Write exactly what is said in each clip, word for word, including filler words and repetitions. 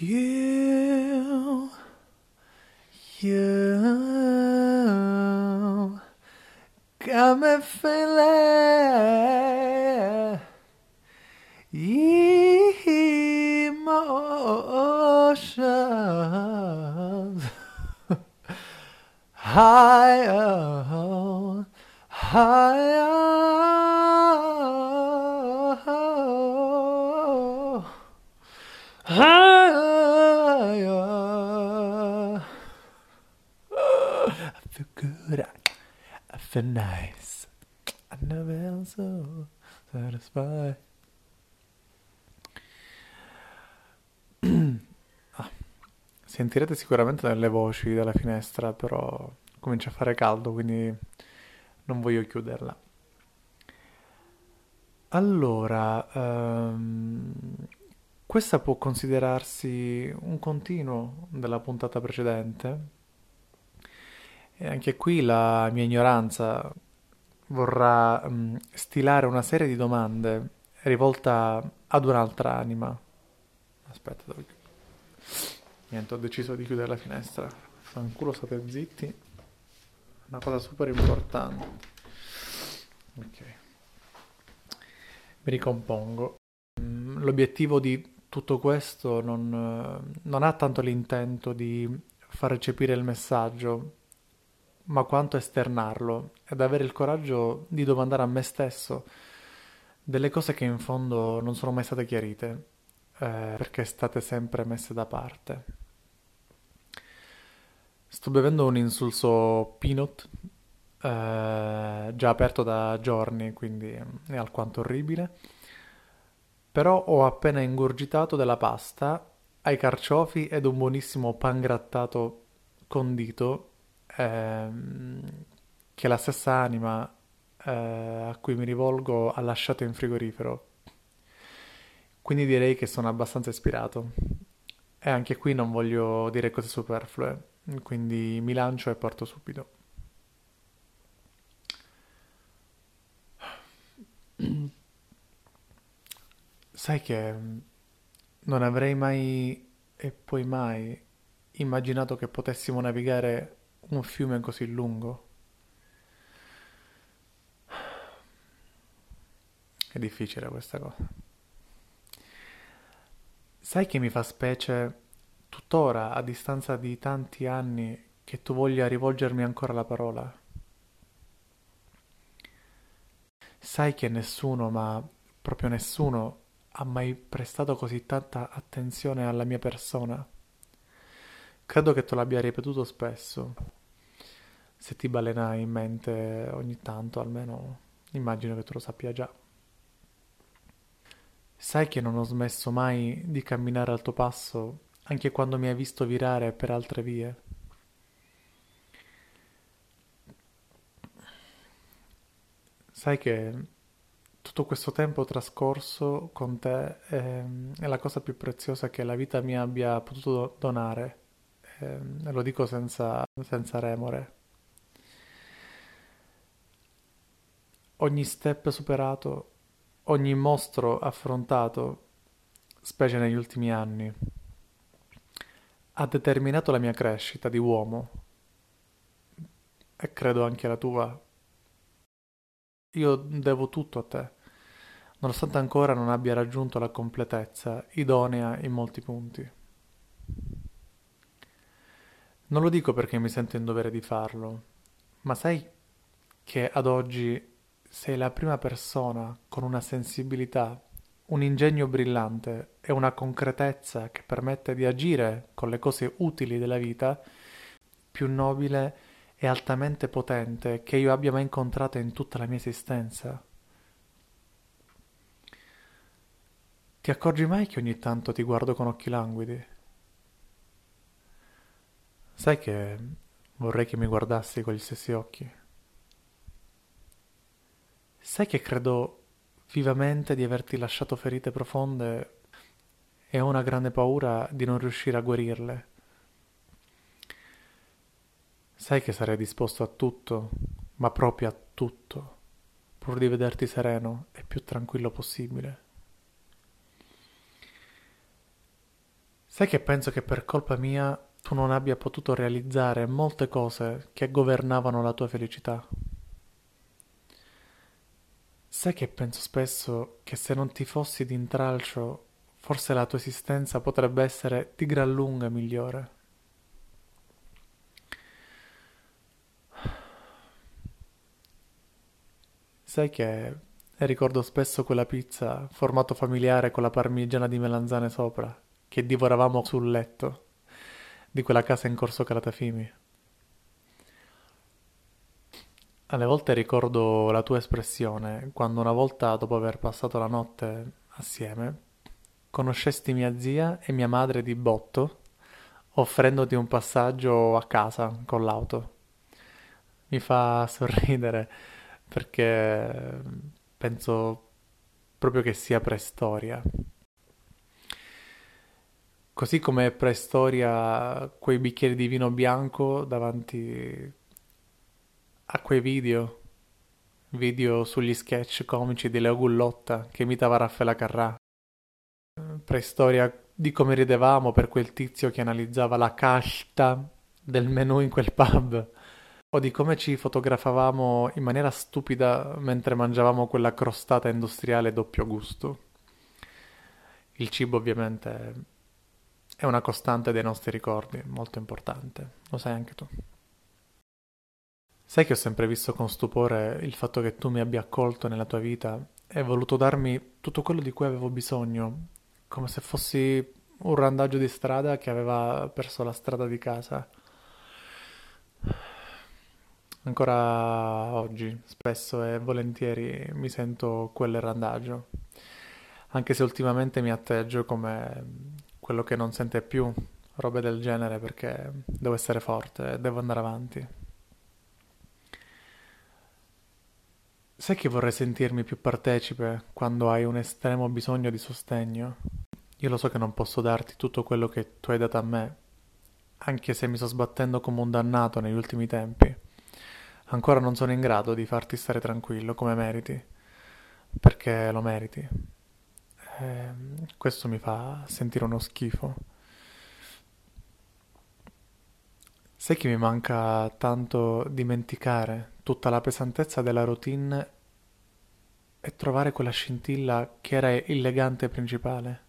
You, you got me feeling emotions higher, higher, higher. I feel good, I, I feel nice, I never felt so satisfied. Ah, sentirete sicuramente delle voci dalla finestra, però comincia a fare caldo, quindi non voglio chiuderla. Allora, ehm, questa può considerarsi un continuo della puntata precedente. E anche qui la mia ignoranza vorrà mm, stilare una serie di domande rivolta ad un'altra anima. Aspetta, dove... Niente, ho deciso di chiudere la finestra. Fanculo, state zitti. Una cosa super importante. Ok, mi ricompongo. Mm, L'obiettivo di tutto questo non, eh, non ha tanto l'intento di far recepire il messaggio, ma quanto esternarlo ed avere il coraggio di domandare a me stesso delle cose che in fondo non sono mai state chiarite, eh, perché state sempre messe da parte. Sto bevendo un insulso peanut, eh, già aperto da giorni, quindi è alquanto orribile. Però ho appena ingurgitato della pasta ai carciofi ed un buonissimo pangrattato condito, ehm, che la stessa anima eh, a cui mi rivolgo ha lasciato in frigorifero. Quindi direi che sono abbastanza ispirato. E anche qui non voglio dire cose superflue, quindi mi lancio e parto subito. Sai che mm, non avrei mai e poi mai immaginato che potessimo navigare un fiume così lungo. È difficile questa cosa. Sai che mi fa specie tuttora, a distanza di tanti anni, che tu voglia rivolgermi ancora la parola? Sai che nessuno, ma proprio nessuno, ha mai prestato così tanta attenzione alla mia persona? Credo che te l'abbia ripetuto spesso. Se ti balena in mente ogni tanto, almeno immagino che tu lo sappia già. Sai che non ho smesso mai di camminare al tuo passo, anche quando mi hai visto virare per altre vie? Sai che tutto questo tempo trascorso con te è, è la cosa più preziosa che la vita mi abbia potuto donare. Ehm, E lo dico senza, senza remore. Ogni step superato, ogni mostro affrontato, specie negli ultimi anni, ha determinato la mia crescita di uomo e credo anche la tua. Io devo tutto a te, nonostante ancora non abbia raggiunto la completezza idonea in molti punti. Non lo dico perché mi sento in dovere di farlo, ma sai che ad oggi sei la prima persona con una sensibilità, un ingegno brillante e una concretezza che permette di agire con le cose utili della vita più nobile e altamente potente che io abbia mai incontrato in tutta la mia esistenza. Ti accorgi mai che ogni tanto ti guardo con occhi languidi? Sai che vorrei che mi guardassi con gli stessi occhi? Sai che credo vivamente di averti lasciato ferite profonde e ho una grande paura di non riuscire a guarirle. Sai che sarei disposto a tutto, ma proprio a tutto, pur di vederti sereno e più tranquillo possibile. Sai che penso che per colpa mia tu non abbia potuto realizzare molte cose che governavano la tua felicità? Sai che penso spesso che se non ti fossi d'intralcio, forse la tua esistenza potrebbe essere di gran lunga migliore. Sai che ricordo spesso quella pizza formato familiare con la parmigiana di melanzane sopra, che divoravamo sul letto di quella casa in Corso Calatafimi. Alle volte ricordo la tua espressione quando una volta, dopo aver passato la notte assieme, conoscesti mia zia e mia madre di botto, offrendoti un passaggio a casa con l'auto. Mi fa sorridere perché penso proprio che sia preistoria. Così come è preistoria quei bicchieri di vino bianco davanti a quei video, video sugli sketch comici di Leo Gullotta che imitava Raffaella Carrà. Preistoria di come ridevamo per quel tizio che analizzava la casta del menù in quel pub, o di come ci fotografavamo in maniera stupida mentre mangiavamo quella crostata industriale doppio gusto. Il cibo ovviamente è una costante dei nostri ricordi, molto importante, lo sai anche tu. Sai che ho sempre visto con stupore il fatto che tu mi abbia accolto nella tua vita e voluto darmi tutto quello di cui avevo bisogno, come se fossi un randaggio di strada che aveva perso la strada di casa. Ancora oggi, spesso e volentieri, mi sento quel randaggio, anche se ultimamente mi atteggio come quello che non sente più robe del genere perché devo essere forte e devo andare avanti. Sai che vorrei sentirmi più partecipe quando hai un estremo bisogno di sostegno? Io lo so che non posso darti tutto quello che tu hai dato a me, anche se mi sto sbattendo come un dannato negli ultimi tempi. Ancora non sono in grado di farti stare tranquillo come meriti, perché lo meriti. E questo mi fa sentire uno schifo. Sai che mi manca tanto dimenticare tutta la pesantezza della routine e trovare quella scintilla che era il legante principale?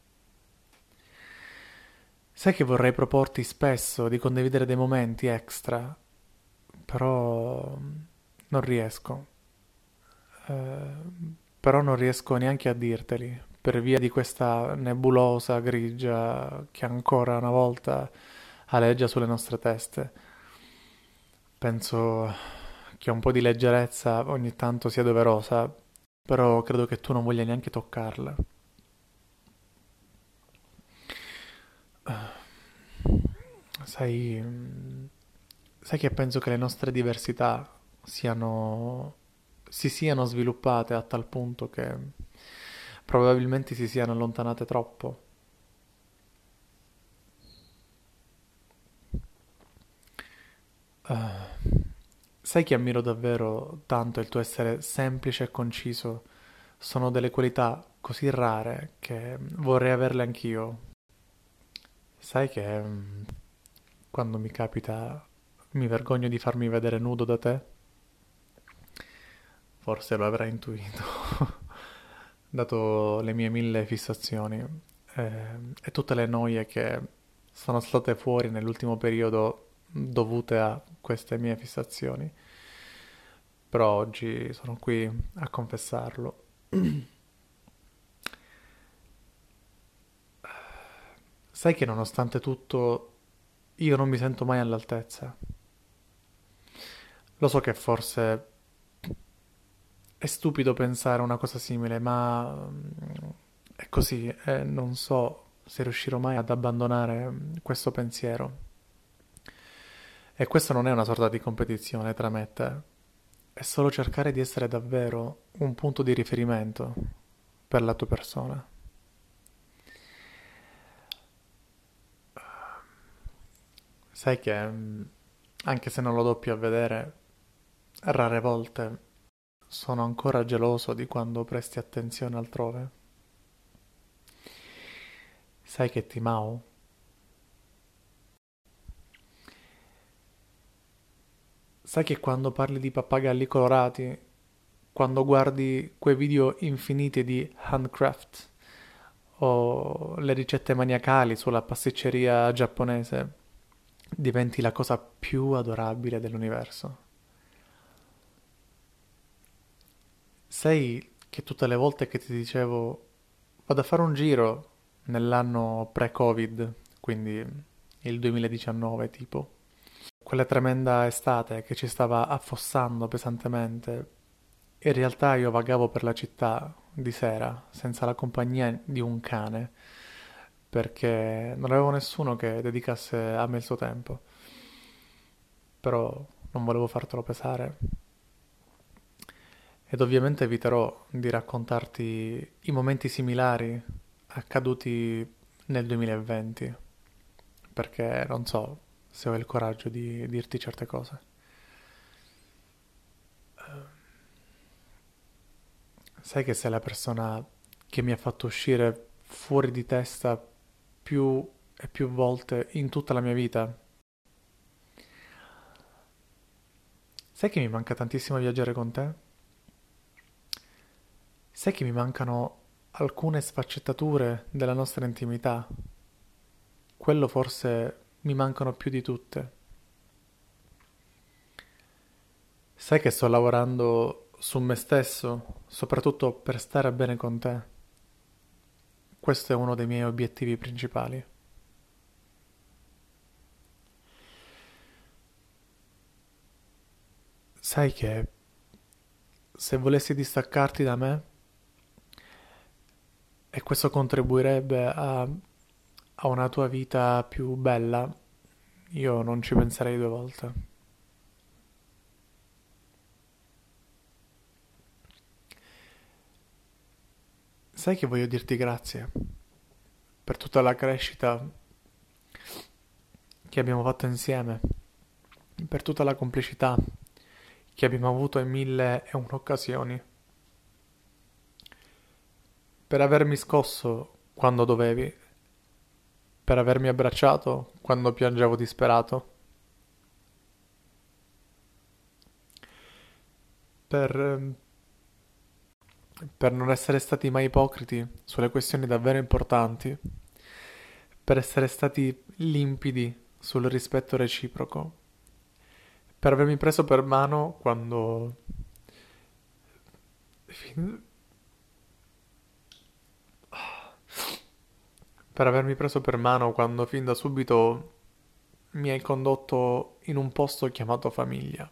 Sai che vorrei proporti spesso di condividere dei momenti extra, però non riesco. Eh, però non riesco neanche a dirteli, per via di questa nebulosa grigia che ancora una volta aleggia sulle nostre teste. Penso che un po' di leggerezza ogni tanto sia doverosa, però credo che tu non voglia neanche toccarla. Sai, mm, sai che penso che le nostre diversità siano, si siano sviluppate a tal punto che probabilmente si siano allontanate troppo. Ah, sai che ammiro davvero tanto il tuo essere semplice e conciso. Sono delle qualità così rare che vorrei averle anch'io. Sai che mm, quando mi capita mi vergogno di farmi vedere nudo da te? Forse lo avrai intuito, dato le mie mille fissazioni eh, e tutte le noie che sono state fuori nell'ultimo periodo dovute a queste mie fissazioni. Però oggi sono qui a confessarlo. Sai che nonostante tutto io non mi sento mai all'altezza. Lo so che forse è stupido pensare una cosa simile, ma mm, è così e non so se riuscirò mai ad abbandonare mm, questo pensiero. E questo non è una sorta di competizione tra me e te, è solo cercare di essere davvero un punto di riferimento per la tua persona. Sai che, mm, anche se non lo do più a vedere, rare volte sono ancora geloso di quando presti attenzione altrove. Sai che ti mao? Sai che quando parli di pappagalli colorati, quando guardi quei video infiniti di handcraft o le ricette maniacali sulla pasticceria giapponese, diventi la cosa più adorabile dell'universo. Sai che tutte le volte che ti dicevo vado a fare un giro nell'anno pre-Covid, quindi il duemiladiciannove tipo, quella tremenda estate che ci stava affossando pesantemente, in realtà io vagavo per la città di sera senza la compagnia di un cane perché non avevo nessuno che dedicasse a me il suo tempo, però non volevo fartelo pesare ed ovviamente eviterò di raccontarti i momenti similari accaduti nel duemilaventi perché non so se ho il coraggio di dirti certe cose. Sai che sei la persona che mi ha fatto uscire fuori di testa più e più volte in tutta la mia vita? Sai che mi manca tantissimo viaggiare con te? Sai che mi mancano alcune sfaccettature della nostra intimità? Quello forse mi mancano più di tutte. Sai che sto lavorando su me stesso, soprattutto per stare bene con te. Questo è uno dei miei obiettivi principali. Sai che se volessi distaccarti da me, e questo contribuirebbe a, a una tua vita più bella, io non ci penserei due volte. Sai che voglio dirti grazie per tutta la crescita che abbiamo fatto insieme, per tutta la complicità che abbiamo avuto in mille e un'occasioni, per avermi scosso quando dovevi, per avermi abbracciato quando piangevo disperato, per, ehm, per non essere stati mai ipocriti sulle questioni davvero importanti, per essere stati limpidi sul rispetto reciproco, per avermi preso per mano quando... fin- per avermi preso per mano quando fin da subito mi hai condotto in un posto chiamato famiglia.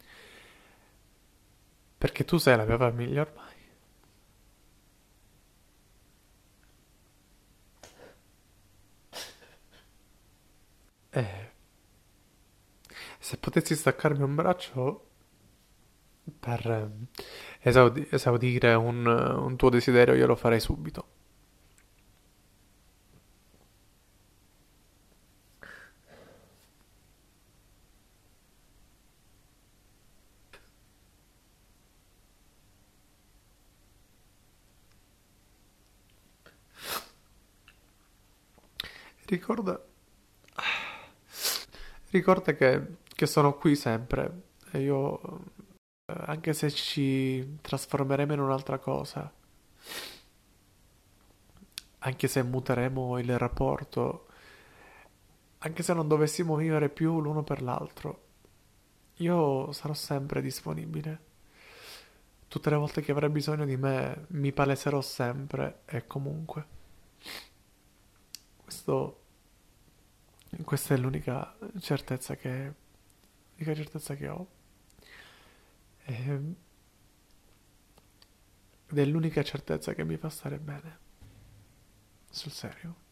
Perché tu sei la mia famiglia ormai. E se potessi staccarmi un braccio per eh, esaudi- esaudire un, un tuo desiderio, io lo farei subito. Ricorda, ricorda che, che sono qui sempre e io, eh, anche se ci trasformeremo in un'altra cosa, anche se muteremo il rapporto, anche se non dovessimo vivere più l'uno per l'altro, io sarò sempre disponibile. Tutte le volte che avrai bisogno di me, mi paleserò sempre e comunque. Questo, questa è l'unica certezza che, l'unica certezza che ho. E- ed è l'unica certezza che mi fa stare bene. Sul serio.